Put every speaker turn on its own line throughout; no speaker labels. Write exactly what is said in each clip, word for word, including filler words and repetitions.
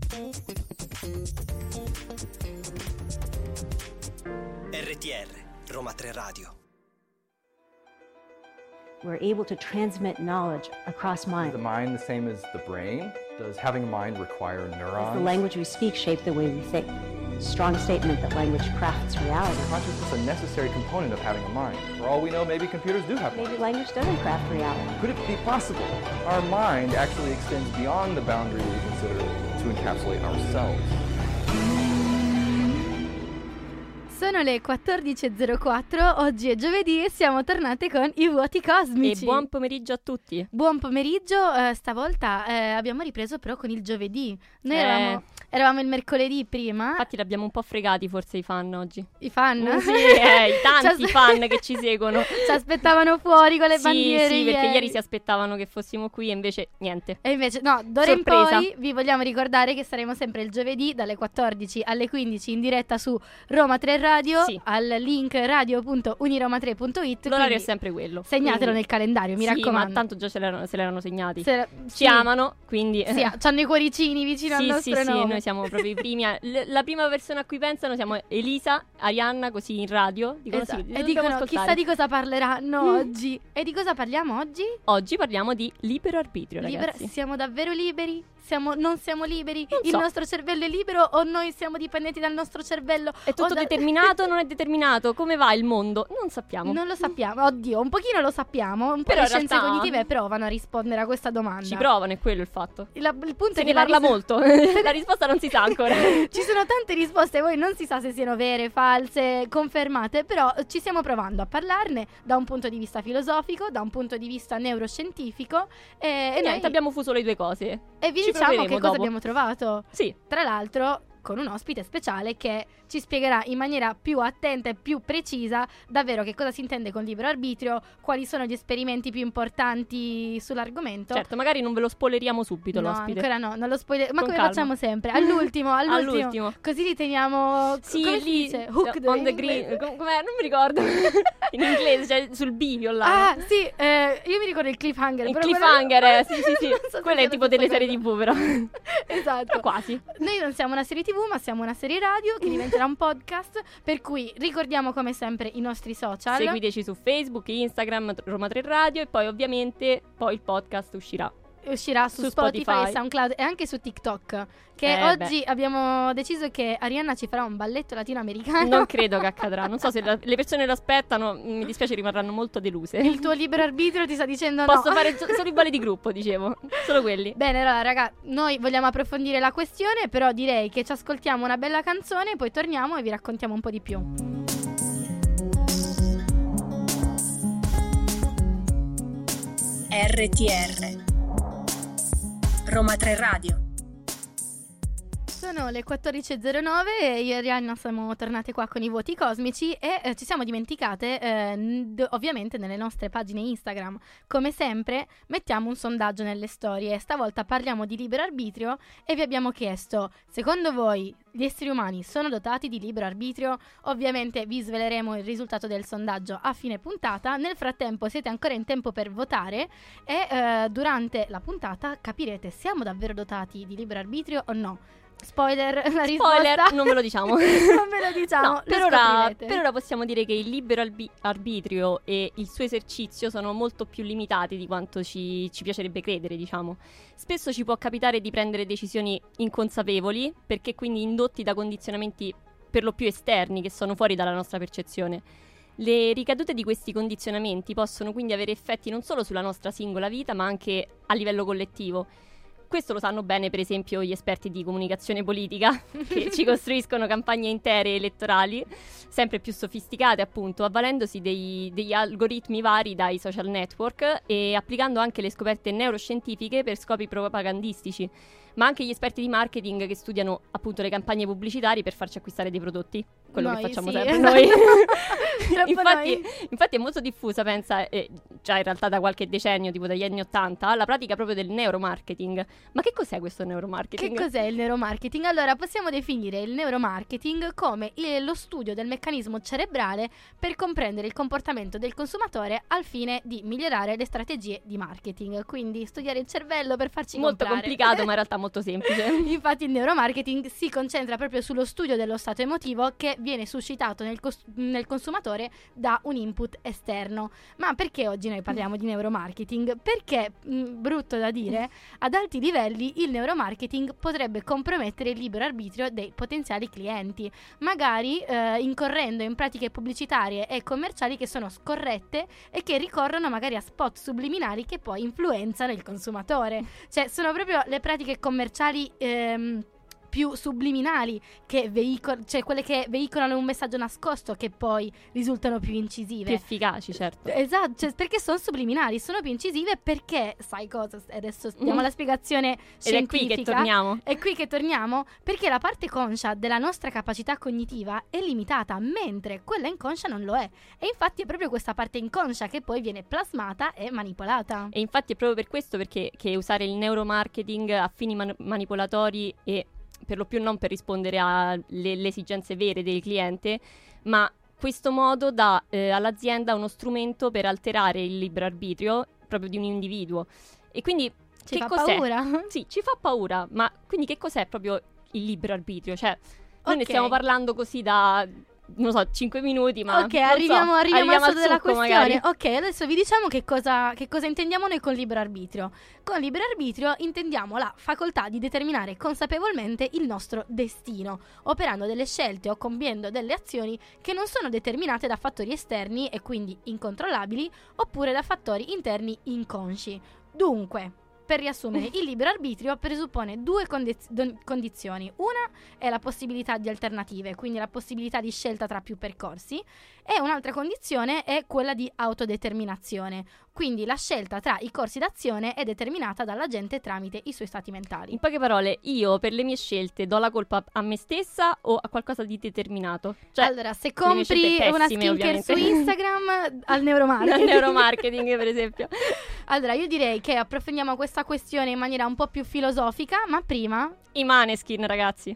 R T R, Roma tre Radio.
We're able to transmit knowledge across mind.
Is the mind the same as the brain? Does having a mind require neurons?
Does the language we speak shape the way we think? Strong statement that language crafts reality.
Consciousness is a necessary component of having a mind. For all we know, maybe computers do have
Maybe
minds.
language doesn't craft reality.
Could it be possible our mind actually extends beyond the boundary we consider to encapsulate ourselves?
Sono le quattordici e zero quattro, oggi è giovedì e siamo tornate con i vuoti cosmici.
E buon pomeriggio a tutti.
Buon pomeriggio, eh, stavolta eh, abbiamo ripreso però con il giovedì. Noi
Eh.
eravamo, eravamo il mercoledì prima.
Infatti l'abbiamo un po' fregati forse i fan oggi.
I fan?
Mm, sì, eh, i tanti
Ci as-
fan che ci seguono.
Ci aspettavano fuori con le
Sì,
bandiere
sì, perché ieri si aspettavano che fossimo qui e invece niente.
E invece no, d'ora
Sorpresa.
in poi vi vogliamo ricordare che saremo sempre il giovedì dalle quattordici alle quindici in diretta su Roma tre Radio,
Sì.
al link radio punto uniroma tre punto it.
L'orario è
quindi
sempre quello.
segnatelo
Quindi-
nel calendario, mi
sì,
raccomando.
ma tanto già se l'erano, se l'erano segnati.
Se-
Ci
sì.
amano, quindi...
Sì, c'hanno i cuoricini vicino al
Sì,
nostro
sì, sì,
nome.
noi siamo proprio i primi. a- l- la prima persona a cui pensano siamo Elisa, Arianna, così in radio. Dicono,
Esatto.
sì, li
E
dobbiamo
dicono
ascoltare.
chissà di cosa parleranno
Mm.
oggi. E di cosa parliamo oggi?
Oggi parliamo di libero arbitrio,
Libera-
ragazzi.
siamo davvero liberi? Siamo, non siamo liberi?
Non
Il
so.
nostro cervello è libero o noi siamo dipendenti dal nostro cervello?
È tutto
O da-
determinato o non è determinato? Come va il mondo? Non sappiamo.
Non lo sappiamo, oddio, un pochino lo sappiamo. Un po'
Però
le
in
scienze
realtà-
cognitive provano a rispondere a questa domanda.
Ci provano, è quello il fatto.
Il, il punto
Se
è
ne
che la
parla
ris-
molto. La risposta non si sa ancora.
Ci sono tante risposte, poi non si sa se siano vere, false, confermate, però ci stiamo provando a parlarne da un punto di vista filosofico, da un punto di vista neuroscientifico e,
E
e
niente,
noi-
abbiamo fuso le due cose.
e vi
ci
diciamo che
proveremo
cosa
dopo.
abbiamo trovato.
Sì.
Tra l'altro con un ospite speciale che ci spiegherà in maniera più attenta e più precisa davvero che cosa si intende con libero arbitrio, quali sono gli esperimenti più importanti sull'argomento.
Certo, magari non ve lo spoileriamo subito
No,
l'ospite.
ancora no, non lo spoiler- ma
Con
come
calma.
facciamo sempre? All'ultimo, all'ultimo,
All'ultimo.
così li teniamo.
Sì,
come si
lì,
dice? Hooked
on
in
the
inglese.
green. com- Com'è? Non mi ricordo. In inglese, cioè sul bivio là.
Ah, sì, eh, io mi ricordo il cliffhanger.
Il
però
cliffhanger,
quello-
eh, sì, sì, sì.
non so se
Quello
sia
è
la
tipo
stessa
delle
cosa.
serie tivù, però.
Esatto.
Però quasi.
Noi non siamo una serie tivù, ma siamo una serie radio che diventerà un podcast. Per cui ricordiamo come sempre i nostri social.
Seguiteci su Facebook, Instagram, Roma tre Radio e poi ovviamente poi il podcast uscirà.
Uscirà su,
Su
Spotify,
Spotify.
SoundCloud e anche su TikTok. Che
Eh,
oggi abbiamo deciso che Arianna ci farà un balletto latinoamericano.
Non credo che accadrà. Non so se la- le persone lo aspettano, mi dispiace, rimarranno molto deluse.
Il tuo libero arbitrio ti sta dicendo
Posso
no.
fare so- solo i balli di gruppo, dicevo. Solo quelli.
Bene, allora raga, noi vogliamo approfondire la questione, però direi che ci ascoltiamo una bella canzone, poi torniamo e vi raccontiamo un po' di più.
R T R Roma tre Radio.
Sono le quattordici e zero nove e io e Arianna siamo tornate qua con i vuoti cosmici e eh, ci siamo dimenticate, eh, n- d- ovviamente nelle nostre pagine Instagram, come sempre, mettiamo un sondaggio nelle storie. Stavolta parliamo di libero arbitrio e vi abbiamo chiesto, secondo voi gli esseri umani sono dotati di libero arbitrio? Ovviamente vi sveleremo il risultato del sondaggio a fine puntata. Nel frattempo siete ancora in tempo per votare e eh, durante la puntata capirete siamo davvero dotati di libero arbitrio o no. Spoiler, la risposta
Spoiler, non ve lo diciamo.
non ve lo diciamo,
No,
lo
per ora,
scoprirete.
per ora possiamo dire che il libero albi- arbitrio e il suo esercizio sono molto più limitati di quanto ci, ci piacerebbe credere, diciamo. Spesso ci può capitare di prendere decisioni inconsapevoli, perché quindi indotti da condizionamenti per lo più esterni, che sono fuori dalla nostra percezione. Le ricadute di questi condizionamenti possono quindi avere effetti non solo sulla nostra singola vita, ma anche a livello collettivo. Questo lo sanno bene per esempio gli esperti di comunicazione politica che ci costruiscono campagne intere elettorali sempre più sofisticate, appunto, avvalendosi dei, degli algoritmi vari dai social network e applicando anche le scoperte neuroscientifiche per scopi propagandistici, ma anche gli esperti di marketing che studiano appunto le campagne pubblicitarie per farci acquistare dei prodotti. quello
Noi,
che facciamo
sì,
sempre
esatto.
noi.
Troppo
infatti,
noi.
infatti è molto diffusa, pensa, eh, già in realtà da qualche decennio, tipo dagli anni ottanta, la pratica proprio del neuromarketing. Ma che cos'è questo neuromarketing?
Che cos'è il neuromarketing? Allora, possiamo definire il neuromarketing come il- lo studio del meccanismo cerebrale per comprendere il comportamento del consumatore al fine di migliorare le strategie di marketing. Quindi studiare il cervello per farci
Molto
comprare.
complicato, ma in realtà molto semplice.
Infatti il neuromarketing si concentra proprio sullo studio dello stato emotivo che viene suscitato nel, cos- nel consumatore da un input esterno. Ma perché oggi noi parliamo di neuromarketing? Perché, mh, brutto da dire, ad alti livelli il neuromarketing potrebbe compromettere il libero arbitrio dei potenziali clienti, magari eh, incorrendo in pratiche pubblicitarie e commerciali che sono scorrette e che ricorrono magari a spot subliminali che poi influenzano il consumatore. Cioè sono proprio le pratiche commerciali ehm, più subliminali, che veicol- cioè quelle che veicolano un messaggio nascosto, che poi risultano più incisive.
Più efficaci, certo.
Esatto, cioè, perché sono subliminali, sono più incisive perché, sai cosa, adesso diamo
Mm.
la spiegazione
Ed
scientifica.
è qui che torniamo.
È qui che torniamo, perché la parte conscia della nostra capacità cognitiva è limitata, mentre quella inconscia non lo è. E infatti è proprio questa parte inconscia che poi viene plasmata e manipolata.
E infatti è proprio per questo perché che usare il neuromarketing a fini man- manipolatori e per lo più non per rispondere alle le esigenze vere del cliente, ma questo modo dà eh, all'azienda uno strumento per alterare il libero arbitrio proprio di un individuo. E quindi
Ci
che
fa
cos'è?
paura?
Sì, ci fa paura, ma quindi che cos'è proprio il libero arbitrio? Cioè, noi ne
Ok.
stiamo parlando così da, non so, cinque minuti, ma
Ok,
non
arriviamo,
so,
arriviamo, al succo della
succo,
questione.
magari.
Ok, adesso vi diciamo che cosa, che cosa intendiamo noi con libero arbitrio. Con libero arbitrio intendiamo la facoltà di determinare consapevolmente il nostro destino, operando delle scelte o compiendo delle azioni che non sono determinate da fattori esterni e quindi incontrollabili, oppure da fattori interni inconsci. Dunque, per riassumere, il libero arbitrio presuppone due condiz- don- condizioni. Una è la possibilità di alternative, quindi la possibilità di scelta tra più percorsi, e un'altra condizione è quella di autodeterminazione, quindi la scelta tra i corsi d'azione è determinata dall'agente tramite i suoi stati mentali.
In poche parole, io per le mie scelte do la colpa a me stessa o a qualcosa di determinato? Cioè,
Allora, se
le mie scelte
compri una
pessime,
skincare
ovviamente.
su Instagram, al neuromarketing.
al neuromarketing, per esempio.
Allora, io direi che approfondiamo questa questione in maniera un po' più filosofica, ma prima...
I Maneskin, ragazzi.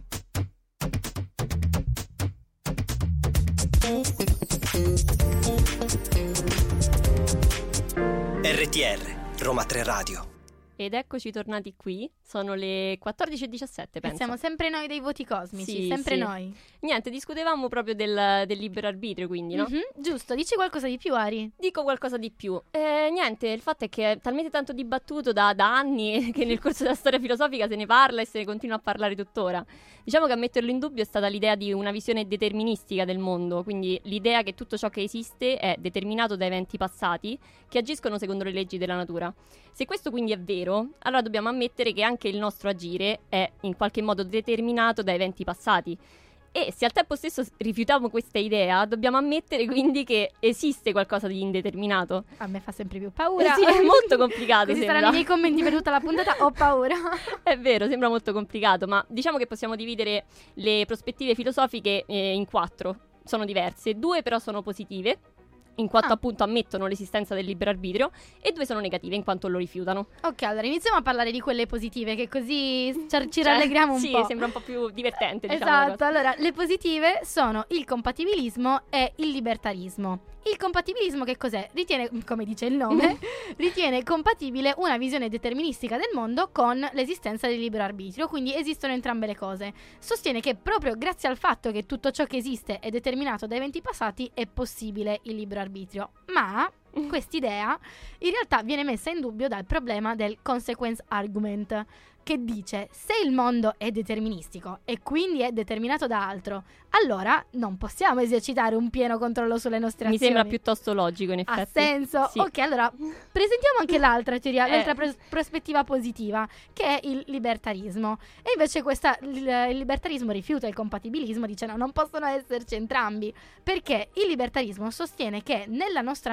R T R, Roma tre Radio.
Ed eccoci tornati qui, sono le quattordici e diciassette, penso.
Siamo sempre noi dei voti cosmici,
Sì,
sempre
sì.
noi.
Niente, discutevamo proprio del, del libero arbitrio, quindi, no?
Mhm, giusto, dici qualcosa di più, Ari.
Dico qualcosa di più. Eh, niente, il fatto è che è talmente tanto dibattuto da, da anni che nel corso della storia filosofica se ne parla e se ne continua a parlare tuttora. Diciamo che a metterlo in dubbio è stata l'idea di una visione deterministica del mondo, quindi l'idea che tutto ciò che esiste è determinato da eventi passati che agiscono secondo le leggi della natura. Se questo quindi è vero, allora dobbiamo ammettere che anche il nostro agire è in qualche modo determinato da eventi passati. E se al tempo stesso rifiutiamo questa idea, dobbiamo ammettere quindi che esiste qualcosa di indeterminato.
A me fa sempre più paura.
Eh sì, è molto complicato,
Questi
sembra.
saranno i miei commenti per tutta la puntata, ho paura.
È vero, sembra molto complicato, ma diciamo che possiamo dividere le prospettive filosofiche eh, in quattro. Sono diverse, due però sono positive, in quanto
Ah.
appunto ammettono l'esistenza del libero arbitrio, e due sono negative, in quanto lo rifiutano.
Ok, allora iniziamo a parlare di quelle positive, che così ci, ci
Cioè,
rallegriamo un
sì,
po'.
sembra un po' più divertente, diciamo. la
Esatto,
cosa.
allora le positive sono il compatibilismo e il libertarismo. Il compatibilismo che cos'è? Ritiene, come dice il nome, ritiene compatibile una visione deterministica del mondo con l'esistenza del libero arbitrio, quindi esistono entrambe le cose. Sostiene che proprio grazie al fatto che tutto ciò che esiste è determinato da eventi passati è possibile il libero arbitrio. Ma quest'idea in realtà viene messa in dubbio dal problema del consequence argument, che dice: se il mondo è deterministico e quindi è determinato da altro, allora non possiamo esercitare un pieno controllo sulle nostre
Mi
azioni.
sembra piuttosto logico, in
Ha
effetti.
senso?
Sì.
Ok, allora presentiamo anche l'altra teoria,
Eh.
l'altra pros- prospettiva positiva, che è il libertarismo. E invece questa, il, il libertarismo rifiuta il compatibilismo, dice no, non possono esserci entrambi, perché il libertarismo sostiene che nella nostra mente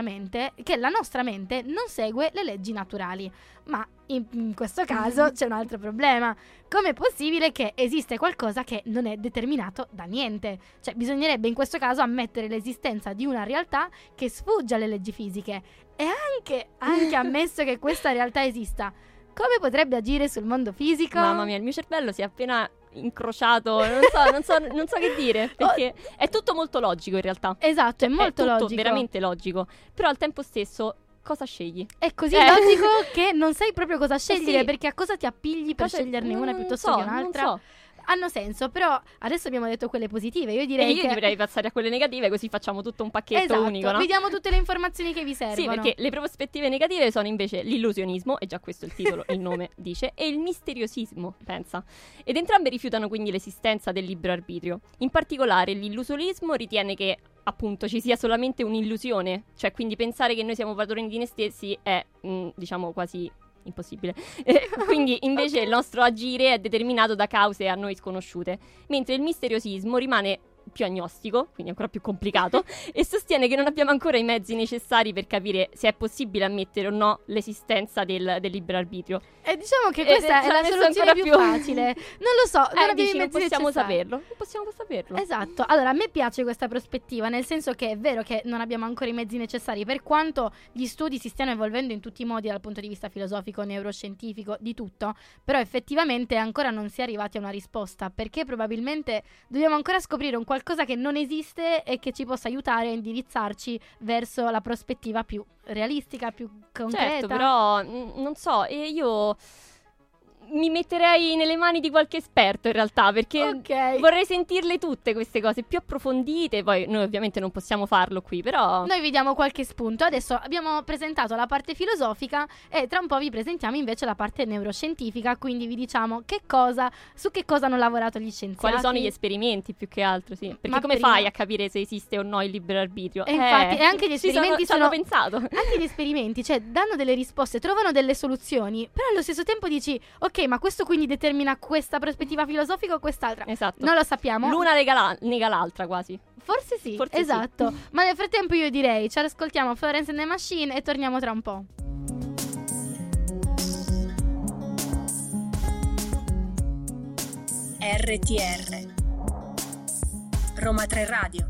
dice che la nostra mente non segue le leggi naturali. Ma in, in questo caso c'è un altro problema. Com'è possibile che esiste qualcosa che non è determinato da niente? Cioè, bisognerebbe in questo caso ammettere l'esistenza di una realtà che sfugge alle leggi fisiche. E anche, anche ammesso che questa realtà esista, come potrebbe agire sul mondo fisico?
Mamma mia, il mio cervello si è appena incrociato, non so, non so, non so che dire, perché oh. è tutto molto logico in realtà.
Esatto, è molto
è tutto
logico.
veramente logico, però al tempo stesso cosa scegli?
È così
eh.
logico che non sai proprio cosa scegliere,
sì.
perché a cosa ti appigli per
cosa...
sceglierne una
non
piuttosto
so,
che un'altra?
Non so.
Hanno senso, però adesso abbiamo detto quelle positive. Io direi
e io
che
dovrei passare a quelle negative, così facciamo tutto un pacchetto
esatto,
unico, no?
vi diamo tutte le informazioni che vi servono.
Sì, perché le prospettive negative sono invece l'illusionismo, e già questo è il titolo, il nome dice, e il misteriosismo, pensa. Ed entrambe rifiutano quindi l'esistenza del libero arbitrio. In particolare l'illusionismo ritiene che appunto ci sia solamente un'illusione, cioè quindi pensare che noi siamo padroni di noi stessi è, mh, diciamo, quasi impossibile. Eh, quindi invece okay. il nostro agire è determinato da cause a noi sconosciute, mentre il misteriosismo rimane più agnostico, quindi ancora più complicato, e sostiene che non abbiamo ancora i mezzi necessari per capire se è possibile ammettere o no l'esistenza del, del libero arbitrio.
E diciamo che questa
e,
è la soluzione più, più facile. Non lo so, non
eh,
abbiamo
dici,
i mezzi
non possiamo
necessari.
saperlo. Non possiamo saperlo.
Esatto. Allora, a me piace questa prospettiva, nel senso che è vero che non abbiamo ancora i mezzi necessari, per quanto gli studi si stiano evolvendo in tutti i modi dal punto di vista filosofico, neuroscientifico, di tutto, però effettivamente ancora non si è arrivati a una risposta, perché probabilmente dobbiamo ancora scoprire un qualcosa che non esiste e che ci possa aiutare a indirizzarci verso la prospettiva più realistica, più concreta.
Certo, però n- non so, e io mi metterei nelle mani di qualche esperto in realtà, perché
okay.
vorrei sentirle tutte queste cose più approfondite. Poi noi ovviamente non possiamo farlo qui, però
noi vi diamo qualche spunto. Adesso abbiamo presentato la parte filosofica e tra un po' vi presentiamo invece la parte neuroscientifica, quindi vi diciamo che cosa, su che cosa hanno lavorato gli scienziati,
quali sono gli esperimenti più che altro, sì. Perché
Ma
come
prima...
fai a capire se esiste o no il libero arbitrio?
E
eh,
infatti, e anche gli esperimenti
ci sono,
sono...
ci hanno pensato.
Anche gli esperimenti, cioè, danno delle risposte, trovano delle soluzioni, però allo stesso tempo dici, ok, ma questo quindi determina questa prospettiva filosofica o quest'altra?
Esatto.
Non lo sappiamo.
L'una nega, la- nega l'altra quasi.
Forse sì,
Forse
esatto.
sì.
Ma nel frattempo io direi, ci ascoltiamo Florence and the Machine e torniamo tra un po'.
R T R Roma tre Radio.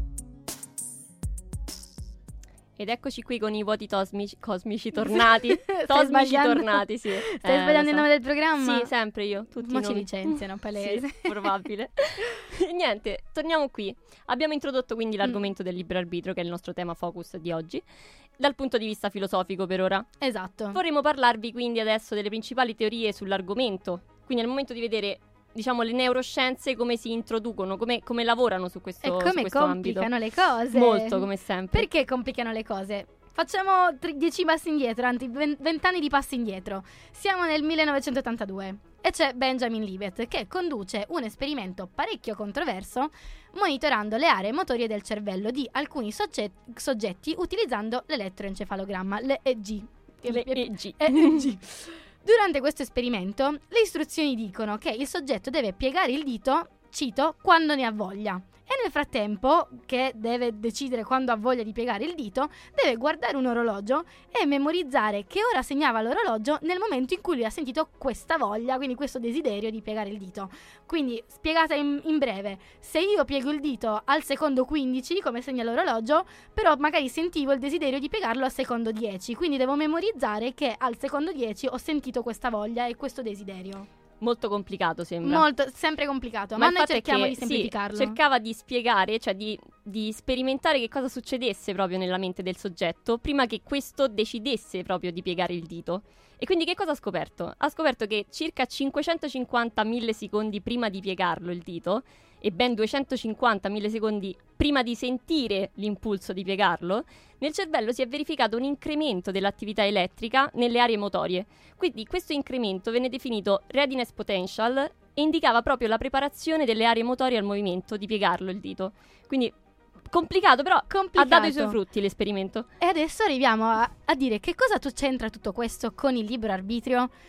Ed eccoci qui con i vuoti tosmici, cosmici tornati.
Stai
Tosmici
sbagliando?
tornati, sì.
Stai
Eh,
sbagliando
lo
il
so.
nome del programma?
Sì, sempre io. Tutti
Mo
i
ci
nomi.
licenziano, palese.
Sì, probabile. Niente, torniamo qui. Abbiamo introdotto quindi l'argomento del libero arbitrio, che è il nostro tema focus di oggi, dal punto di vista filosofico per ora.
Esatto.
Vorremmo parlarvi quindi adesso delle principali teorie sull'argomento. Quindi è il momento di vedere, diciamo, le neuroscienze come si introducono, come, come lavorano su questo,
E
su
come
questo ambito.
complicano le cose.
Molto, come sempre.
Perché complicano le cose? Facciamo tri- dieci passi indietro, anzi vent'anni di passi indietro. Siamo nel millenovecentottantadue e c'è Benjamin Libet che conduce un esperimento parecchio controverso monitorando le aree motorie del cervello di alcuni soggetti, soggetti utilizzando l'elettroencefalogramma, l'E E G.
Le E G.
E E G. Durante questo esperimento le istruzioni dicono che il soggetto deve piegare il dito, cito, quando ne ha voglia. E nel frattempo, che deve decidere quando ha voglia di piegare il dito, deve guardare un orologio e memorizzare che ora segnava l'orologio nel momento in cui lui ha sentito questa voglia, quindi questo desiderio di piegare il dito. Quindi, spiegata in, in breve, se io piego il dito al secondo quindici, come segna l'orologio, però magari sentivo il desiderio di piegarlo al secondo dieci, quindi devo memorizzare che al secondo dieci ho sentito questa voglia e questo desiderio.
Molto complicato sembra.
Molto, sempre complicato,
Ma
ma,
il
noi
fatto è
cerchiamo
che,
di semplificarlo.
Sì, cercava di spiegare, cioè di, di sperimentare che cosa succedesse proprio nella mente del soggetto prima che questo decidesse proprio di piegare il dito. E quindi che cosa ha scoperto? Ha scoperto che circa cinquecentocinquanta millisecondi prima di piegarlo il dito e ben duecentocinquanta millisecondi prima di sentire l'impulso di piegarlo, nel cervello si è verificato un incremento dell'attività elettrica nelle aree motorie. Quindi questo incremento venne definito readiness potential e indicava proprio la preparazione delle aree motorie al movimento di piegarlo il dito. Quindi complicato, però
Complicato.
ha dato i suoi frutti l'esperimento.
E adesso arriviamo a, a dire che cosa tu c'entra tutto questo con il libero arbitrio.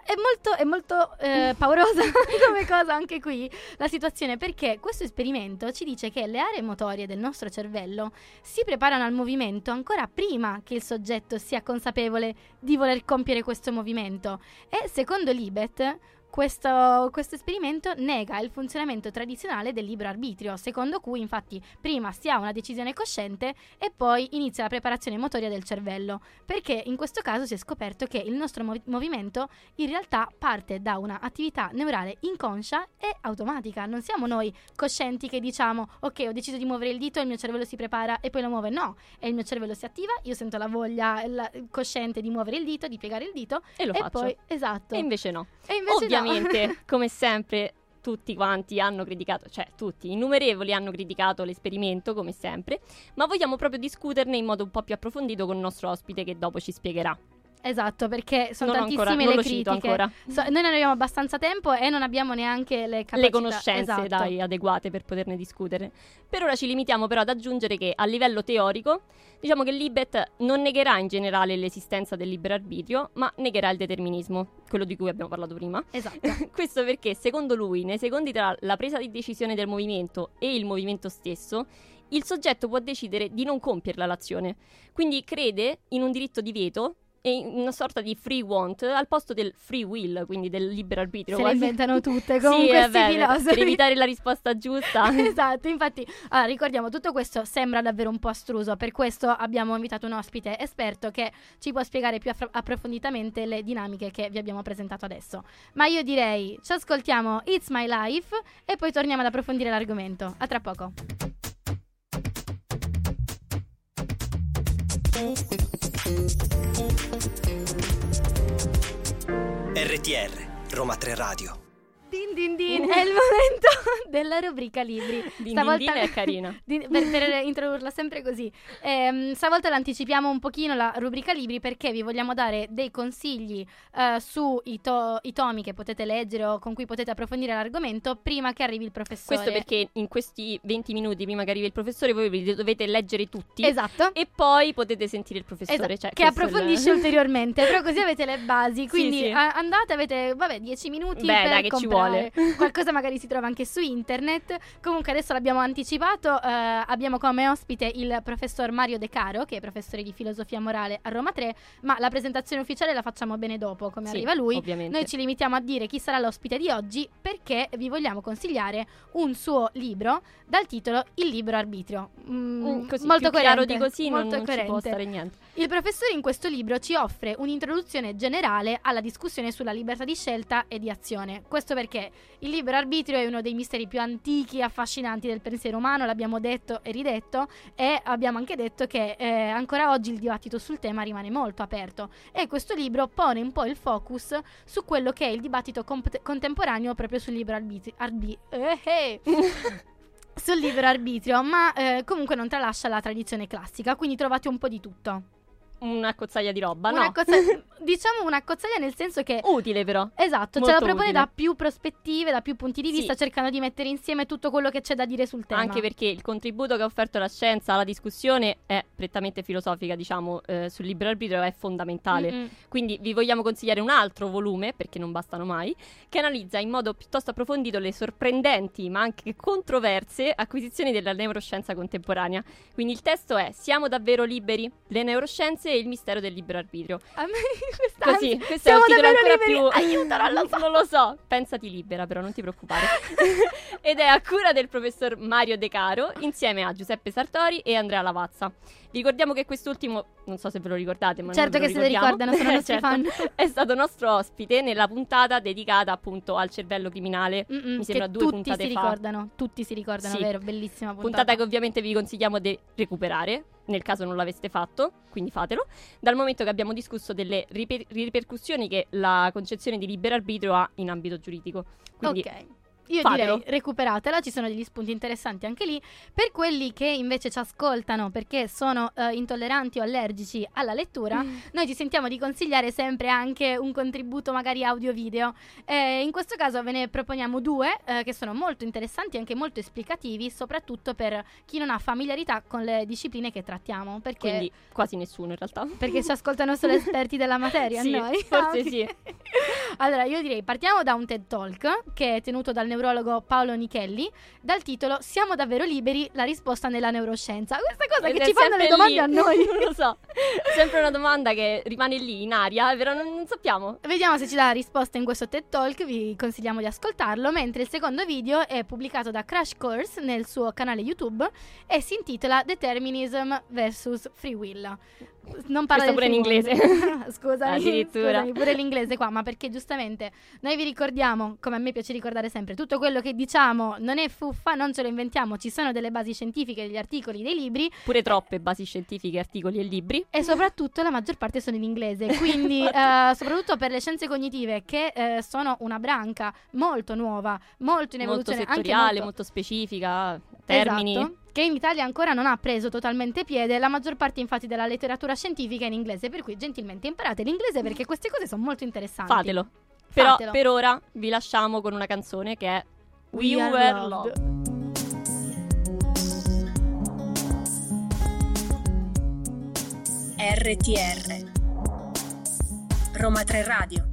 è molto, è molto eh, paurosa come cosa anche qui la situazione, perché questo esperimento ci dice che le aree motorie del nostro cervello si preparano al movimento ancora prima che il soggetto sia consapevole di voler compiere questo movimento. E secondo Libet Questo, questo esperimento nega il funzionamento tradizionale del libero arbitrio, secondo cui infatti prima si ha una decisione cosciente e poi inizia la preparazione motoria del cervello, perché in questo caso si è scoperto che il nostro mov- movimento in realtà parte da una attività neurale inconscia e automatica. Non siamo noi coscienti che diciamo ok, ho deciso di muovere il dito, il mio cervello si prepara e poi lo muove. No, e il mio cervello si attiva, io sento la voglia la, cosciente di muovere il dito, di piegare il dito
e lo
e
faccio.
Poi, esatto.
E invece no.
E invece
Ovviamente,
no.
come sempre, tutti quanti hanno criticato, cioè tutti, innumerevoli hanno criticato l'esperimento, come sempre, ma vogliamo proprio discuterne in modo un po' più approfondito con il nostro ospite che dopo ci spiegherà.
Esatto, perché sono
Non
tantissime
ancora, non
le
lo cito
critiche.
ancora.
So, noi non abbiamo abbastanza tempo e non abbiamo neanche le capacità.
Le conoscenze,
esatto.
dai, adeguate per poterne discutere. Per ora ci limitiamo però ad aggiungere che a livello teorico, diciamo che Libet non negherà in generale l'esistenza del libero arbitrio, ma negherà il determinismo, quello di cui abbiamo parlato prima.
Esatto.
Questo perché, secondo lui, nei secondi tra la presa di decisione del movimento e il movimento stesso, il soggetto può decidere di non compierla l'azione. Quindi crede in un diritto di veto e in una sorta di free want al posto del free will, quindi del libero arbitrio.
Se le
quasi.
inventano tutte,
Sì,
comunque
eh,
questi
beh,
filosofi.
per evitare la risposta giusta.
Esatto, infatti, allora, ricordiamo, tutto questo sembra davvero un po' astruso, per questo abbiamo invitato un ospite esperto che ci può spiegare più affro- approfonditamente le dinamiche che vi abbiamo presentato adesso. Ma io direi, ci ascoltiamo It's My Life e poi torniamo ad approfondire l'argomento. A tra poco.
R T R, Roma tre Radio.
Din din din, è il momento della rubrica libri.
Din
Stavolta
din din è carina.
Di- per, per introdurla sempre così. Ehm, stavolta l'anticipiamo un pochino la rubrica libri perché vi vogliamo dare dei consigli eh, sui to- i tomi che potete leggere o con cui potete approfondire l'argomento prima che arrivi il professore.
Questo perché in questi venti minuti prima che arrivi il professore voi vi dovete leggere tutti.
Esatto.
E poi potete sentire il professore.
Esatto,
Cioè,
che
questo è
approfondisce
il-
ulteriormente. Però così avete le basi. Quindi
Sì, sì.
a- andate, avete vabbè dieci minuti
Beh,
per
dai, che ci
comprare.
vuole.
Qualcosa magari si trova anche su internet. Comunque adesso l'abbiamo anticipato, eh, abbiamo come ospite il professor Mario De Caro, che è professore di filosofia morale a Roma tre, ma la presentazione ufficiale la facciamo bene dopo, come
Sì,
arriva lui.
ovviamente.
Noi ci limitiamo a dire chi sarà l'ospite di oggi perché vi vogliamo consigliare un suo libro dal titolo Il libero arbitrio. Mm,
Mm, così,
molto
più chiaro
coerente,
di così non,
molto
non ci può
coerente.
stare niente.
Il professore in questo libro ci offre un'introduzione generale alla discussione sulla libertà di scelta e di azione. Questo perché il libero arbitrio è uno dei misteri più antichi e affascinanti del pensiero umano, l'abbiamo detto e ridetto, e abbiamo anche detto che eh, ancora oggi il dibattito sul tema rimane molto aperto e questo libro pone un po' il focus su quello che è il dibattito comp- contemporaneo proprio sul libero arbitrio. Arbi- eh, eh. sul libero arbitrio, ma eh, comunque non tralascia la tradizione classica, quindi trovate un po' di tutto.
Una cozzaglia di roba,
Una
no?
cozza- diciamo una cozzaglia nel senso che
Utile però.
esatto, ce
Molto
la propone
utile.
da più prospettive, da più punti di
Sì.
vista, cercando di mettere insieme tutto quello che c'è da dire sul tema.
Anche perché il contributo che ha offerto la scienza alla discussione è prettamente filosofica, diciamo, eh, sul libero arbitrio è fondamentale.
Mm-mm.
Quindi vi vogliamo consigliare un altro volume, perché non bastano mai, che analizza in modo piuttosto approfondito le sorprendenti ma anche controverse acquisizioni della neuroscienza contemporanea. Quindi il testo è Siamo davvero liberi? Le neuroscienze e il mistero del libero arbitrio.
A me questa
Così,
ansia-
questo è
siamo
un titolo
davvero
ancora
liberi?
più...
Aiuto, non lo so.
Non lo so, pensati libera però, non ti preoccupare. Ed è a cura del professor Mario De Caro, insieme a Giuseppe Sartori e Andrea Lavazza. Vi ricordiamo che quest'ultimo, non so se ve lo ricordate, ma
Certo
noi
che
ve
se lo
ricordiamo.
ricordano, sono nostri
Certo.
fan.
È stato nostro ospite nella puntata dedicata appunto al cervello criminale.
Mm-mm,
Mi sembra
che
due
tutti
puntate
si
fa.
ricordano, tutti si ricordano,
Sì.
vero? Bellissima puntata.
Puntata che ovviamente vi consigliamo di recuperare, nel caso non l'aveste fatto, quindi fatelo, dal momento che abbiamo discusso delle riper- ripercussioni che la concezione di libero arbitrio ha in ambito giuridico. Quindi
Ok. Io
fatelo.
direi recuperatela, ci sono degli spunti interessanti anche lì. Per quelli che invece ci ascoltano perché sono eh, intolleranti o allergici alla lettura,
Mm.
noi ci sentiamo di consigliare sempre anche un contributo magari audio-video. Eh, in questo caso ve ne proponiamo due eh, che sono molto interessanti e anche molto esplicativi, soprattutto per chi non ha familiarità con le discipline che trattiamo, perché,
quindi quasi nessuno in realtà.
perché ci ascoltano solo esperti della materia.
Sì,
noi.
forse
Ah, ok.
sì.
Allora, io direi partiamo da un TED Talk che è tenuto dal neurologo Paolo Nichelli, dal titolo "Siamo davvero liberi? La risposta nella neuroscienza". Questa cosa
Ed
che
è
ci fanno le
sempre
domande
lì.
a noi.
Non lo so. Sempre una domanda che rimane lì in aria, però non, non sappiamo.
Vediamo se ci dà la risposta in questo TED Talk, vi consigliamo di ascoltarlo, mentre il secondo video è pubblicato da Crash Course nel suo canale YouTube e si intitola Determinism versus Free Will. Non parla
Questo
del
pure in
free
inglese.
will. Scusami,
Addirittura.
scusami, pure l'inglese qua, ma perché giustamente noi vi ricordiamo, come a me piace ricordare sempre, tutto quello che diciamo non è fuffa, non ce lo inventiamo, ci sono delle basi scientifiche, degli articoli, dei libri.
Pure troppe basi scientifiche, articoli e libri.
E soprattutto la maggior parte sono in inglese, quindi eh, soprattutto per le scienze cognitive che eh, sono una branca molto nuova, molto in
Molto
evoluzione,
settoriale,
anche molto,
molto specifica, termini.
Esatto, che in Italia ancora non ha preso totalmente piede. La maggior parte infatti della letteratura scientifica è in inglese, per cui gentilmente imparate l'inglese perché queste cose sono molto interessanti.
Fatelo. Però
Fatelo.
per ora vi lasciamo con una canzone che è We,
We Are
Were
Loved.
Loved.
R T R Roma tre Radio.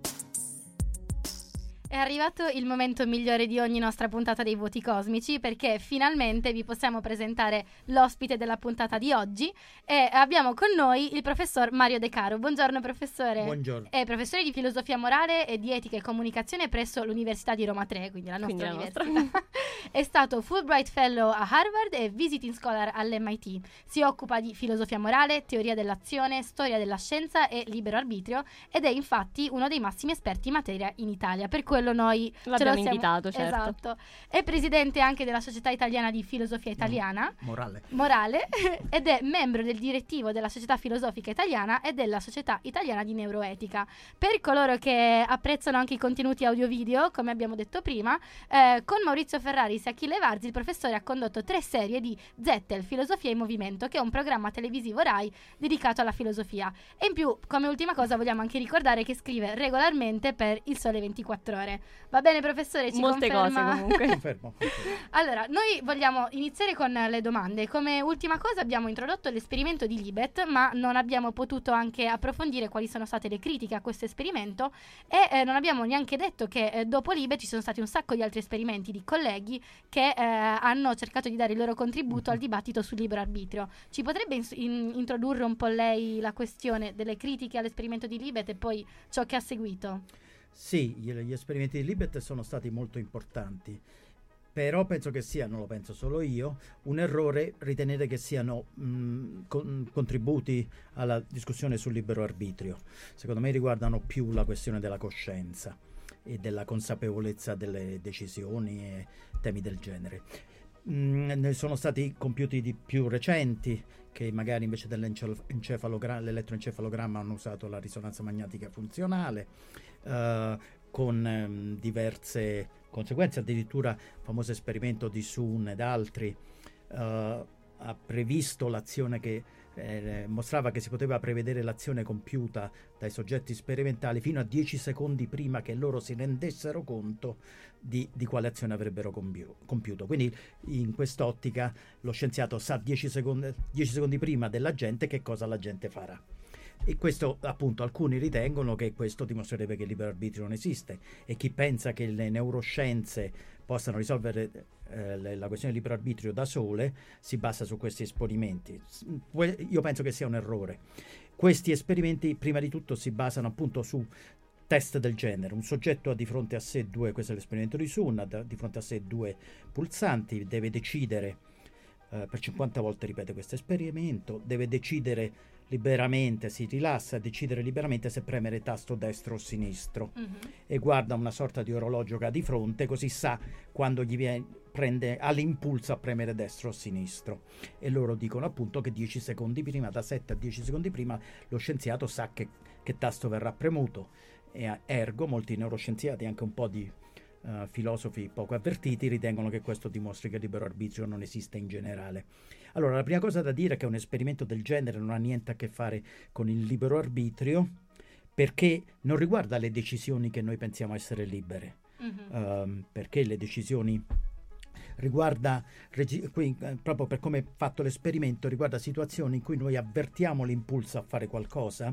È arrivato il momento migliore di ogni nostra puntata dei Voti Cosmici, perché finalmente vi possiamo presentare l'ospite della puntata di oggi e abbiamo con noi il professor Mario De Caro. Buongiorno professore.
Buongiorno.
È professore di filosofia morale e di etica e comunicazione presso l'Università di Roma tre, quindi la nostra
Quindi la
università. È stato Fulbright Fellow a Harvard e Visiting Scholar all'M I T. Si occupa di filosofia morale, teoria dell'azione, storia della scienza e libero arbitrio ed è infatti uno dei massimi esperti in materia in Italia. Per quello noi
L'abbiamo
ce lo siamo...
invitato, certo.
Esatto. È presidente anche della Società Italiana di Filosofia Italiana,
Morale.
morale, ed è membro del direttivo della Società Filosofica Italiana e della Società Italiana di Neuroetica. Per coloro che apprezzano anche i contenuti audio-video, come abbiamo detto prima, eh, con Maurizio Ferraris e Achille Varzi il professore ha condotto tre serie di Zettel, Filosofia in Movimento, che è un programma televisivo Rai dedicato alla filosofia. E in più, come ultima cosa, vogliamo anche ricordare che scrive regolarmente per Il Sole ventiquattro Ore. Va bene professore, ci
Molte
conferma?
cose comunque.
Confermo.
Allora, noi vogliamo iniziare con le domande. Come ultima cosa abbiamo introdotto l'esperimento di Libet, ma non abbiamo potuto anche approfondire quali sono state le critiche a questo esperimento e eh, non abbiamo neanche detto che eh, dopo Libet ci sono stati un sacco di altri esperimenti di colleghi che eh, hanno cercato di dare il loro contributo al dibattito sul libero arbitrio. Ci potrebbe ins- in- introdurre un po' lei la questione delle critiche all'esperimento di Libet e poi ciò che ha seguito?
Sì, gli, gli esperimenti di Libet sono stati molto importanti, però penso che sia, non lo penso solo io, un errore ritenere che siano mh, con, contributi alla discussione sul libero arbitrio. Secondo me riguardano più la questione della coscienza e della consapevolezza delle decisioni e temi del genere. Mm, ne sono stati compiuti di più recenti che magari invece dell'elettroencefalogramma hanno usato la risonanza magnetica funzionale uh, con um, diverse conseguenze, addirittura il famoso esperimento di Sun ed altri uh, ha previsto l'azione che eh, mostrava che si poteva prevedere l'azione compiuta dai soggetti sperimentali fino a dieci secondi prima che loro si rendessero conto di, di quale azione avrebbero compiu- compiuto. Quindi in quest'ottica lo scienziato sa dieci secondi, dieci secondi prima della gente che cosa la gente farà. E questo, appunto, alcuni ritengono che questo dimostrerebbe che il libero arbitrio non esiste, e chi pensa che le neuroscienze possano risolvere eh, la questione del libero arbitrio da sole si basa su questi esperimenti. Io penso che sia un errore. Questi esperimenti prima di tutto si basano appunto su test del genere. Un soggetto ha di fronte a sé due, questo è l'esperimento di Sun, ha di fronte a sé due pulsanti, deve decidere, eh, per cinquanta volte ripete questo esperimento, deve decidere liberamente, si rilassa a decidere liberamente se premere tasto destro o sinistro, mm-hmm. e guarda una sorta di orologio che ha di fronte, così sa quando gli viene, prende all'impulso a premere destro o sinistro, e loro dicono appunto che dieci secondi prima, da sette a dieci secondi prima, lo scienziato sa che, che tasto verrà premuto, e ergo molti neuroscienziati, anche un po' di uh, filosofi poco avvertiti, ritengono che questo dimostri che il libero arbitrio non esiste in generale. Allora, la prima cosa da dire è che un esperimento del genere non ha niente a che fare con il libero arbitrio, perché non riguarda le decisioni che noi pensiamo essere libere, mm-hmm. um, perché le decisioni riguarda, regi- qui, eh, proprio per come è fatto l'esperimento, riguarda situazioni in cui noi avvertiamo l'impulso a fare qualcosa,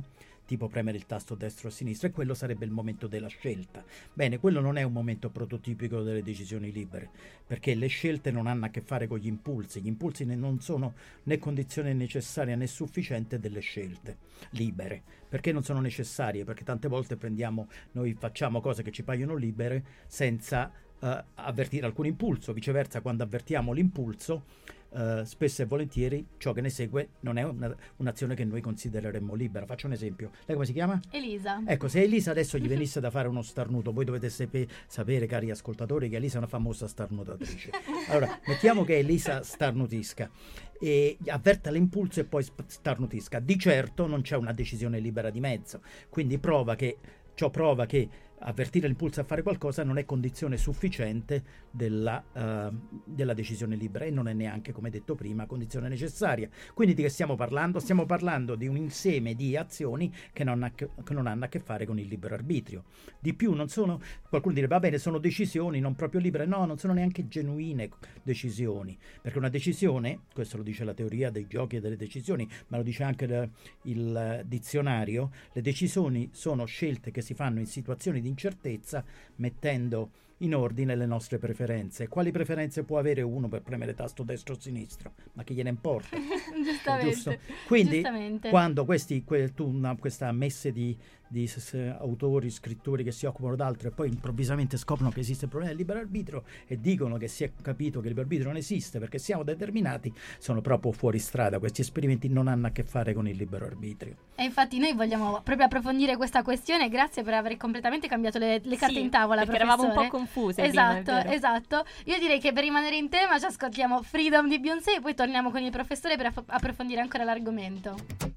tipo premere il tasto destro o sinistro, e quello sarebbe il momento della scelta. Bene, quello non è un momento prototipico delle decisioni libere, perché le scelte non hanno a che fare con gli impulsi, gli impulsi ne non sono né condizione necessaria né sufficiente delle scelte libere. Perché non sono necessarie? Perché tante volte prendiamo, noi facciamo cose che ci paiono libere senza uh, avvertire alcun impulso, viceversa quando avvertiamo l'impulso Uh, spesso e volentieri ciò che ne segue non è una, un'azione che noi considereremmo libera. Faccio un esempio. Lei come si chiama?
Elisa.
Ecco, se Elisa adesso gli venisse da fare uno starnuto, voi dovete sape- sapere, cari ascoltatori, che Elisa è una famosa starnutatrice. Allora, mettiamo che Elisa starnutisca e avverta l'impulso e poi starnutisca. Di certo non c'è una decisione libera di mezzo, quindi prova che ciò prova che avvertire l'impulso a fare qualcosa non è condizione sufficiente della, uh, della decisione libera, e non è neanche, come detto prima, condizione necessaria. Quindi di che stiamo parlando? Stiamo parlando di un insieme di azioni che non, ha, che non hanno a che fare con il libero arbitrio. Di più, non sono, qualcuno direbbe, va bene, sono decisioni non proprio libere. No, non sono neanche genuine decisioni, perché una decisione, questo lo dice la teoria dei giochi e delle decisioni, ma lo dice anche il, il dizionario, le decisioni sono scelte che si fanno in situazioni di incertezza, mettendo in ordine le nostre preferenze. Quali preferenze può avere uno per premere tasto destro o sinistro? Ma che gliene importa?
Giustamente.
Giusto? Quindi
Giustamente.
quando questi, que, tu, una, questa messe di, di s, s, autori, scrittori che si occupano d'altro e poi improvvisamente scoprono che esiste il problema del libero arbitrio e dicono che si è capito che il libero arbitrio non esiste perché siamo determinati, sono proprio fuori strada. Questi esperimenti non hanno a che fare con il libero arbitrio.
E infatti noi vogliamo proprio approfondire questa questione. Grazie per aver completamente cambiato le, le carte
sì,
in tavola,
perché
professore.
eravamo un po' confuse
Esatto,
prima, è vero.
esatto. Io direi che per rimanere in tema ci ascoltiamo Freedom di Beyoncé e poi torniamo con il professore per aff- approfondire ancora l'argomento.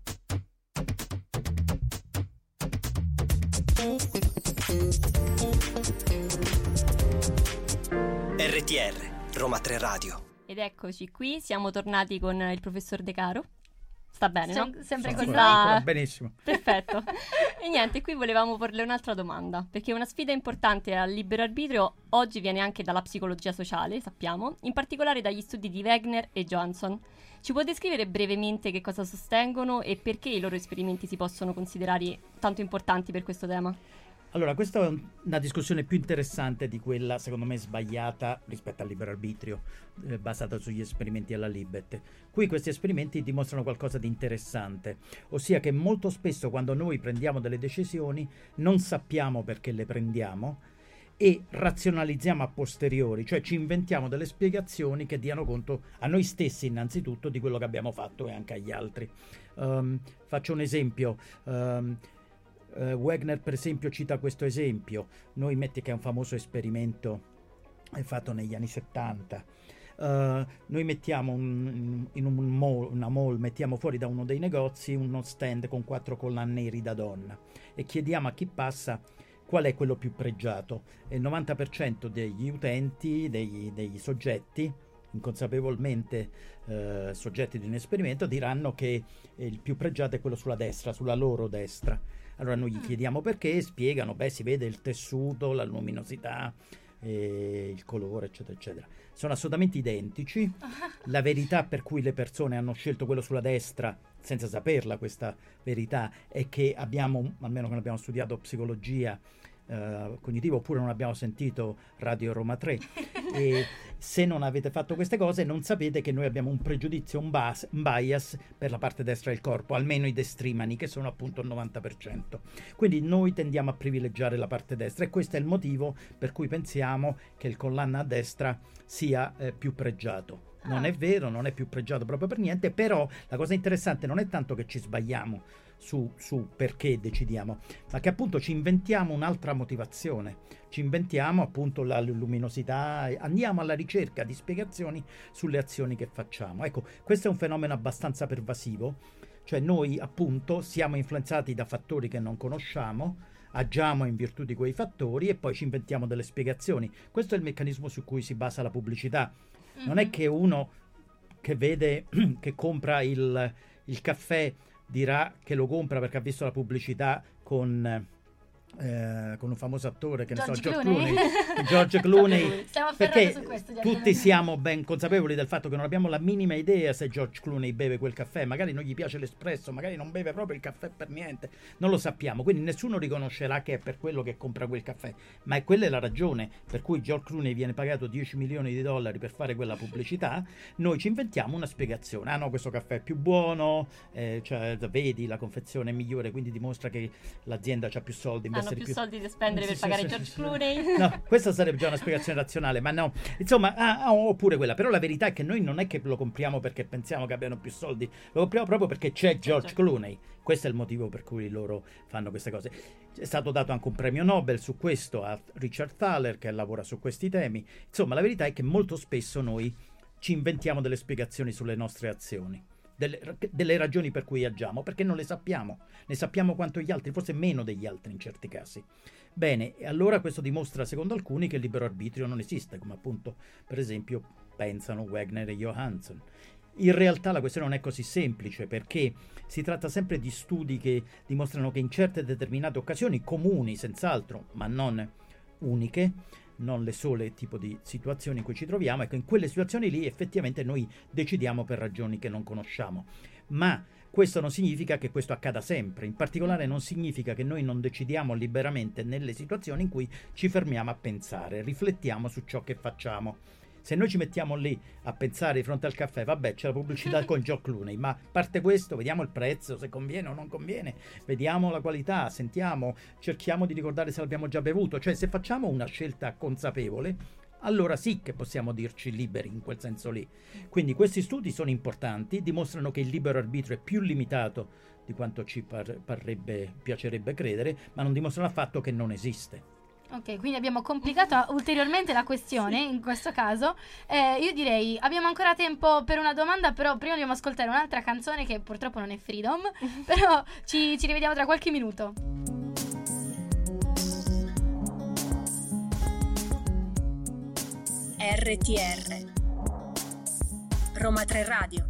R T R, Roma tre Radio.
Ed eccoci qui, siamo tornati con il professor De Caro. Sta bene,
Sem-
no?
sempre
Sono
con
ancora-
noi.
benissimo.
Perfetto. E niente, qui volevamo porle un'altra domanda, perché una sfida importante al libero arbitrio oggi viene anche dalla psicologia sociale, sappiamo, in particolare dagli studi di Wegner e Johnson. Ci può descrivere brevemente che cosa sostengono e perché i loro esperimenti si possono considerare tanto importanti per questo tema?
Allora, questa è una discussione più interessante di quella, secondo me, sbagliata rispetto al libero arbitrio, eh, basata sugli esperimenti alla Libet. Qui questi esperimenti dimostrano qualcosa di interessante, ossia che molto spesso quando noi prendiamo delle decisioni non sappiamo perché le prendiamo e razionalizziamo a posteriori, cioè ci inventiamo delle spiegazioni che diano conto a noi stessi innanzitutto di quello che abbiamo fatto e anche agli altri. Um, faccio un esempio. Um, Uh, Wegner per esempio cita questo esempio. Noi metti che è un famoso esperimento è fatto negli anni settanta. Uh, noi mettiamo un, in un mall, una mall, mettiamo fuori da uno dei negozi uno stand con quattro collanne neri da donna e chiediamo a chi passa qual è quello più pregiato, e il novanta per cento degli utenti, degli, degli soggetti inconsapevolmente eh, soggetti di un esperimento diranno che il più pregiato è quello sulla destra, sulla loro destra. Allora noi gli chiediamo perché, spiegano, beh, si vede il tessuto, la luminosità, eh, il colore, eccetera, eccetera. Sono assolutamente identici. La verità per cui le persone hanno scelto quello sulla destra, senza saperla questa verità, è che abbiamo, almeno che non abbiamo studiato psicologia Uh, cognitivo, oppure non abbiamo sentito Radio Roma tre e se non avete fatto queste cose non sapete che noi abbiamo un pregiudizio, un, bas- un bias per la parte destra del corpo, almeno i destrimani, che sono appunto il novanta per cento. Quindi noi tendiamo a privilegiare la parte destra e questo è il motivo per cui pensiamo che il collana a destra sia eh, più pregiato. Non è vero, non è più pregiato proprio per niente, però la cosa interessante non è tanto che ci sbagliamo Su, su perché decidiamo, ma che appunto ci inventiamo un'altra motivazione, ci inventiamo appunto la luminosità, andiamo alla ricerca di spiegazioni sulle azioni che facciamo. Ecco, questo è un fenomeno abbastanza pervasivo, cioè noi appunto siamo influenzati da fattori che non conosciamo, agiamo in virtù di quei fattori e poi ci inventiamo delle spiegazioni. Questo è il meccanismo su cui si basa la pubblicità. Non è che uno che vede che compra il, il caffè dirà che lo compra perché ha visto la pubblicità con Eh, con un famoso attore che ne so,
George
George
Clooney.
Clooney, George Clooney
Stiamo afferrando
perché
su questo, George
tutti
Clooney.
siamo ben consapevoli del fatto che non abbiamo la minima idea se George Clooney beve quel caffè, magari non gli piace l'espresso, magari non beve proprio il caffè per niente, non lo sappiamo, quindi nessuno riconoscerà che è per quello che compra quel caffè, ma è quella è la ragione per cui George Clooney viene pagato dieci milioni di dollari per fare quella pubblicità. Noi ci inventiamo una spiegazione: ah no, questo caffè è più buono, eh, cioè, vedi, la confezione è migliore, quindi dimostra che l'azienda ha più soldi, investe
Hanno
di
più
più
soldi da spendere
Sì,
per
sì,
pagare
sì,
George
sì, sì.
Clooney.
No, questa sarebbe già una spiegazione razionale, ma no. Insomma, ah, ah, oppure quella. Però la verità è che noi non è che lo compriamo perché pensiamo che abbiano più soldi, lo compriamo proprio perché c'è George Clooney. Questo è il motivo per cui loro fanno queste cose. È stato dato anche un premio Nobel su questo a Richard Thaler, che lavora su questi temi. Insomma, la verità è che molto spesso noi ci inventiamo delle spiegazioni sulle nostre azioni. Delle, delle ragioni per cui agiamo, perché non le sappiamo, ne sappiamo quanto gli altri, forse meno degli altri in certi casi. Bene, e allora questo dimostra secondo alcuni che il libero arbitrio non esiste, come appunto per esempio pensano Wagner e Johansson. In realtà la questione non è così semplice, perché si tratta sempre di studi che dimostrano che in certe determinate occasioni comuni, senz'altro, ma non uniche, non le sole tipo di situazioni in cui ci troviamo, ecco, in quelle situazioni lì effettivamente noi decidiamo per ragioni che non conosciamo. Ma questo non significa che questo accada sempre, in particolare non significa che noi non decidiamo liberamente nelle situazioni in cui ci fermiamo a pensare, riflettiamo su ciò che facciamo. Se noi ci mettiamo lì a pensare di fronte al caffè, vabbè, c'è la pubblicità con George Clooney, ma a parte questo, vediamo il prezzo, se conviene o non conviene, vediamo la qualità, sentiamo, cerchiamo di ricordare se l'abbiamo già bevuto. Cioè, se facciamo una scelta consapevole, allora sì che possiamo dirci liberi in quel senso lì. Quindi questi studi sono importanti, dimostrano che il libero arbitrio è più limitato di quanto ci par- parrebbe, piacerebbe credere, ma non dimostrano affatto che non esiste.
Ok, quindi abbiamo complicato ulteriormente la questione in questo caso. Eh, io direi, abbiamo ancora tempo per una domanda, però prima dobbiamo ascoltare un'altra canzone che purtroppo non è Freedom, però ci, ci rivediamo tra qualche minuto.
R T R Roma tre Radio.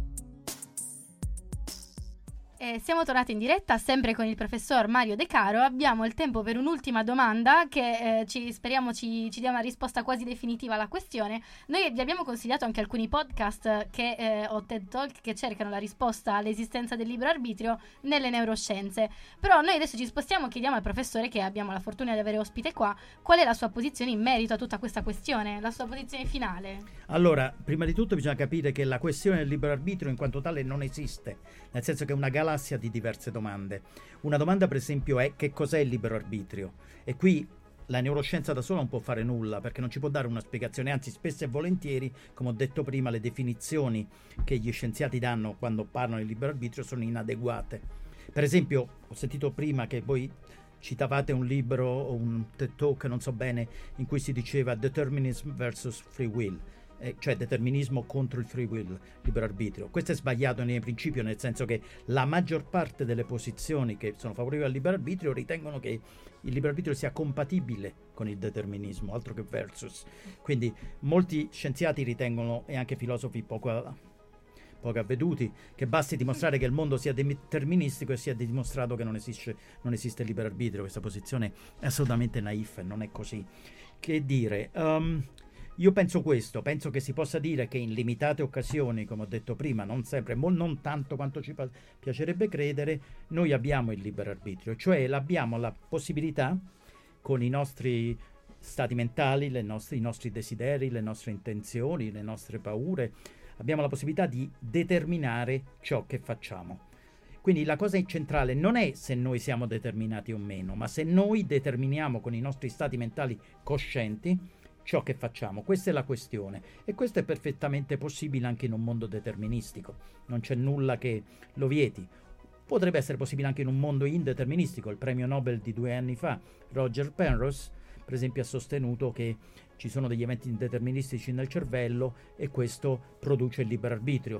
Eh, siamo tornati in diretta sempre con il professor Mario De Caro. Abbiamo il tempo per un'ultima domanda che eh, ci, speriamo ci, ci dia una risposta quasi definitiva alla questione. Noi vi abbiamo consigliato anche alcuni podcast che, eh, o TED Talk che cercano la risposta all'esistenza del libero arbitrio nelle neuroscienze. Però noi adesso ci spostiamo e chiediamo al professore, che abbiamo la fortuna di avere ospite qua, qual è la sua posizione in merito a tutta questa questione, la sua posizione finale.
Allora, prima di tutto bisogna capire che la questione del libero arbitrio in quanto tale non esiste, nel senso che è una galassia di diverse domande. Una domanda, per esempio, è: che cos'è il libero arbitrio? E qui la neuroscienza da sola non può fare nulla, perché non ci può dare una spiegazione, anzi spesso e volentieri, come ho detto prima, le definizioni che gli scienziati danno quando parlano di libero arbitrio sono inadeguate. Per esempio, ho sentito prima che voi citavate un libro o un TED Talk, non so bene, in cui si diceva determinism versus free will, eh, cioè determinismo contro il free will, libero arbitrio. Questo è sbagliato nel principio, nel senso che la maggior parte delle posizioni che sono favorevoli al libero arbitrio ritengono che il libero arbitrio sia compatibile con il determinismo, altro che versus. Quindi molti scienziati ritengono, e anche filosofi poco poco avveduti, che basti dimostrare che il mondo sia deterministico e sia dimostrato che non esiste, non esiste il libero arbitrio. Questa posizione è assolutamente naif, non è così. Che dire? Um, io penso questo, penso che si possa dire che in limitate occasioni, come ho detto prima, non sempre, non tanto quanto ci piacerebbe credere, noi abbiamo il libero arbitrio, cioè abbiamo la possibilità, con i nostri stati mentali, le nostre, i nostri desideri, le nostre intenzioni, le nostre paure, abbiamo la possibilità di determinare ciò che facciamo. Quindi la cosa centrale non è se noi siamo determinati o meno, ma se noi determiniamo con i nostri stati mentali coscienti ciò che facciamo. Questa è la questione, e questo è perfettamente possibile anche in un mondo deterministico, non c'è nulla che lo vieti. Potrebbe essere possibile anche in un mondo indeterministico. Il premio Nobel di due anni fa, Roger Penrose, per esempio, ha sostenuto che ci sono degli eventi indeterministici nel cervello e questo produce il libero arbitrio.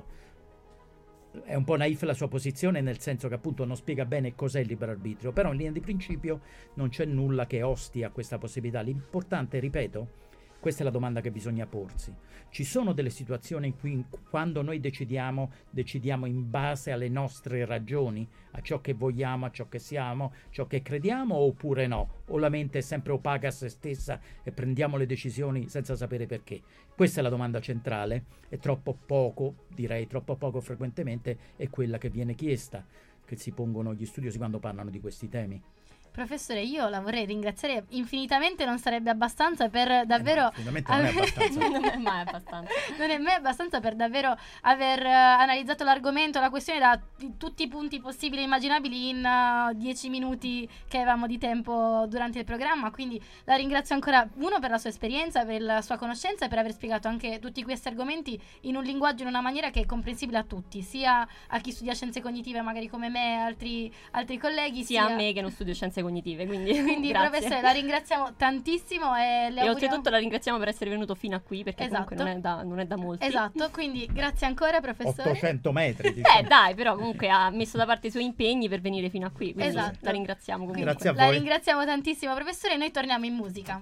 È un po' naif la sua posizione, nel senso che appunto non spiega bene cos'è il libero arbitrio, però in linea di principio non c'è nulla che osti a questa possibilità. L'importante, ripeto, Questa è la domanda che bisogna porsi. Ci sono delle situazioni in cui quando noi decidiamo, decidiamo in base alle nostre ragioni, a ciò che vogliamo, a ciò che siamo, ciò che crediamo, oppure no? O la mente è sempre opaca a se stessa e prendiamo le decisioni senza sapere perché? Questa è la domanda centrale e troppo poco, direi troppo poco frequentemente, è quella che viene chiesta, che si pongono gli studiosi quando parlano di questi temi.
Professore, io la vorrei ringraziare infinitamente, non sarebbe abbastanza per davvero...
Eh no, infinitamente non è abbastanza.
Non è mai abbastanza.
Non è mai abbastanza per davvero aver uh, analizzato l'argomento, la questione da t- tutti i punti possibili e immaginabili in uh, dieci minuti che avevamo di tempo durante il programma, quindi la ringrazio ancora, uno, per la sua esperienza, per la sua conoscenza e per aver spiegato anche tutti questi argomenti in un linguaggio, in una maniera che è comprensibile a tutti, sia a chi studia scienze cognitive magari come me e altri, altri colleghi,
sia,
sia
a me che non studio scienze cognitive, quindi,
quindi
grazie.
Professore, la ringraziamo tantissimo e le
e
auguriamo...
oltretutto la ringraziamo per essere venuto fino a qui, perché
Esatto.
comunque non è da, non è da molti.
Esatto, quindi grazie ancora, professore.
ottocento metri, diciamo.
Eh dai, però comunque ha messo da parte i suoi impegni per venire fino a qui, quindi
Esatto.
la ringraziamo comunque.
Grazie a
La
voi.
ringraziamo tantissimo, professore, e noi torniamo in musica.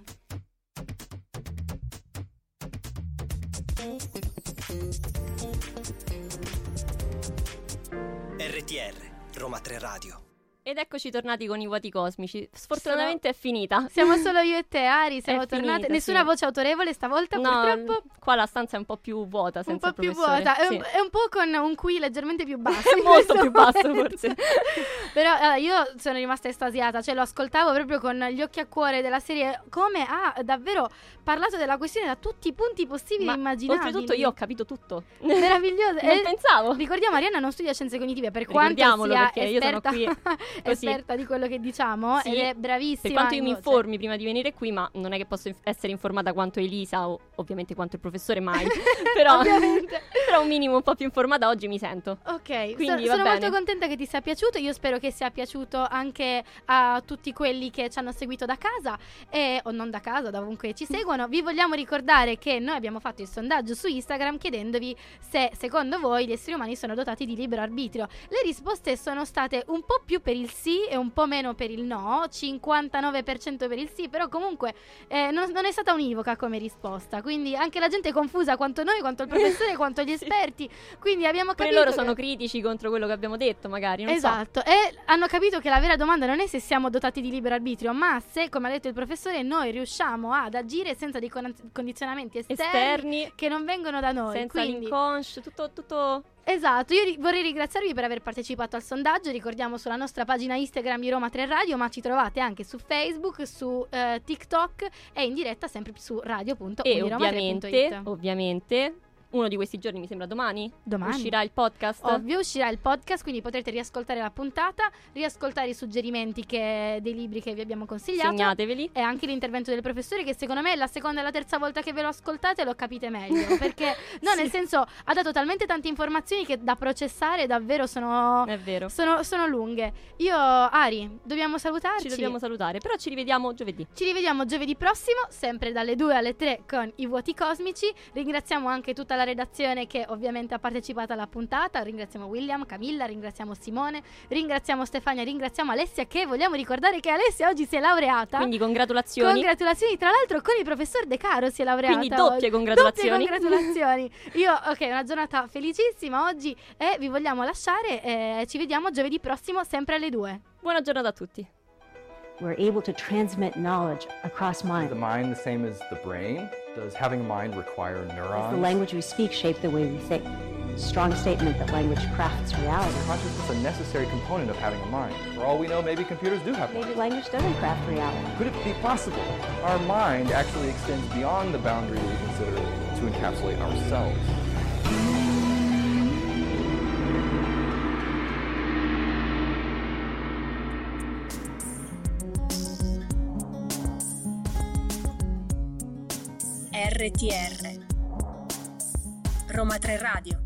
R T R, Roma tre Radio.
Ed eccoci tornati con i vuoti cosmici. Sfortunatamente Sono... è finita.
Siamo solo io e te, Ari, siamo
È
tornate.
finita,
Nessuna
sì.
voce autorevole stavolta,
No,
purtroppo.
qua la stanza è un po' più vuota,
Un
senza
po'
il
più
professore.
vuota, è,
Sì.
un, è un po' con un qui leggermente più basso.
È
in
molto
questo
più basso,
momento.
forse.
Però allora, io sono rimasta estasiata, cioè lo ascoltavo proprio con gli occhi a cuore della serie, come ha davvero parlato della questione da tutti i punti possibili
Ma
e immaginabili.
oltretutto io ho capito tutto.
Meraviglioso.
Non
E
pensavo.
ricordiamo, Arianna non studia scienze cognitive, per quanto
Ricordiamolo,
sia
perché io sono
esperta,
qui così.
esperta di quello che diciamo,
Sì,
ed è bravissima.
Per quanto io mi
in voce.
informi prima di venire qui, ma non è che posso inf- essere informata quanto Elisa o ovviamente quanto il professore mai. però,
Ovviamente.
però un minimo un po' più informata oggi mi sento.
Ok,
Quindi
so-
va
sono
bene.
molto contenta che ti sia piaciuto. Io spero che sia piaciuto anche a tutti quelli che ci hanno seguito da casa e, o non da casa, da ovunque ci seguono. Vi vogliamo ricordare che noi abbiamo fatto il sondaggio su Instagram chiedendovi se secondo voi gli esseri umani sono dotati di libero arbitrio. Le risposte sono state un po' più per il sì e un po' meno per il no, cinquantanove per cento per il sì, però comunque eh, non, non è stata univoca come risposta, quindi anche la gente è confusa, quanto noi, quanto il professore, quanto gli esperti, quindi abbiamo
Pure
capito
loro
che...
sono critici contro quello che abbiamo detto, magari, non
Esatto, e hanno capito che la vera domanda non è se siamo dotati di libero arbitrio, ma se, come ha detto il professore, noi riusciamo ad agire senza dei con- condizionamenti
so.
esterni,
Esterni,
che non vengono da noi.
senza
Quindi,
l'inconscio, tutto, tutto...
esatto, io ri- vorrei ringraziarvi per aver partecipato al sondaggio. Ricordiamo sulla nostra pagina Instagram di Roma tre Radio, ma ci trovate anche su Facebook, su eh, TikTok e in diretta sempre su radio punto
E
uniroma tre punto
ovviamente,
it.
ovviamente, uno di questi giorni, mi sembra domani,
Domani
uscirà il podcast.
Ovvio, uscirà il podcast, quindi potrete riascoltare la puntata, riascoltare i suggerimenti che, dei libri che vi abbiamo consigliato.
Segnateveli.
E anche l'intervento del professore, che secondo me è la seconda e la terza volta che ve lo ascoltate lo capite meglio. Perché, no,
Sì.
nel senso, ha dato talmente tante informazioni che da processare davvero sono,
È vero.
sono, sono lunghe. Io, Ari, dobbiamo salutarci.
Ci dobbiamo salutare, però ci rivediamo giovedì.
Ci rivediamo giovedì prossimo, sempre dalle due alle tre con i vuoti cosmici. Ringraziamo anche tutta la redazione che ovviamente ha partecipato alla puntata. Ringraziamo William, Camilla, ringraziamo Simone, ringraziamo Stefania, ringraziamo Alessia, che vogliamo ricordare che Alessia oggi si è laureata.
Quindi congratulazioni.
Congratulazioni, tra l'altro con il professor De Caro si è laureata.
Quindi doppie
oggi.
congratulazioni.
Doppie congratulazioni. Io, ok, una giornata felicissima oggi e vi vogliamo lasciare e ci vediamo giovedì prossimo sempre alle due.
Buona giornata a tutti.
We're able to transmit knowledge across
Is
mind.
the mind the same as the brain? Does having a mind require
Does the
neurons?
language we speak shape the way we think? Strong statement that language crafts reality.
Consciousness is a necessary component of having a mind. For all we know, maybe computers do have
Maybe
minds.
language doesn't craft reality.
Could it be possible? Our mind actually extends beyond the boundary we consider to encapsulate ourselves.
R T R Roma tre Radio.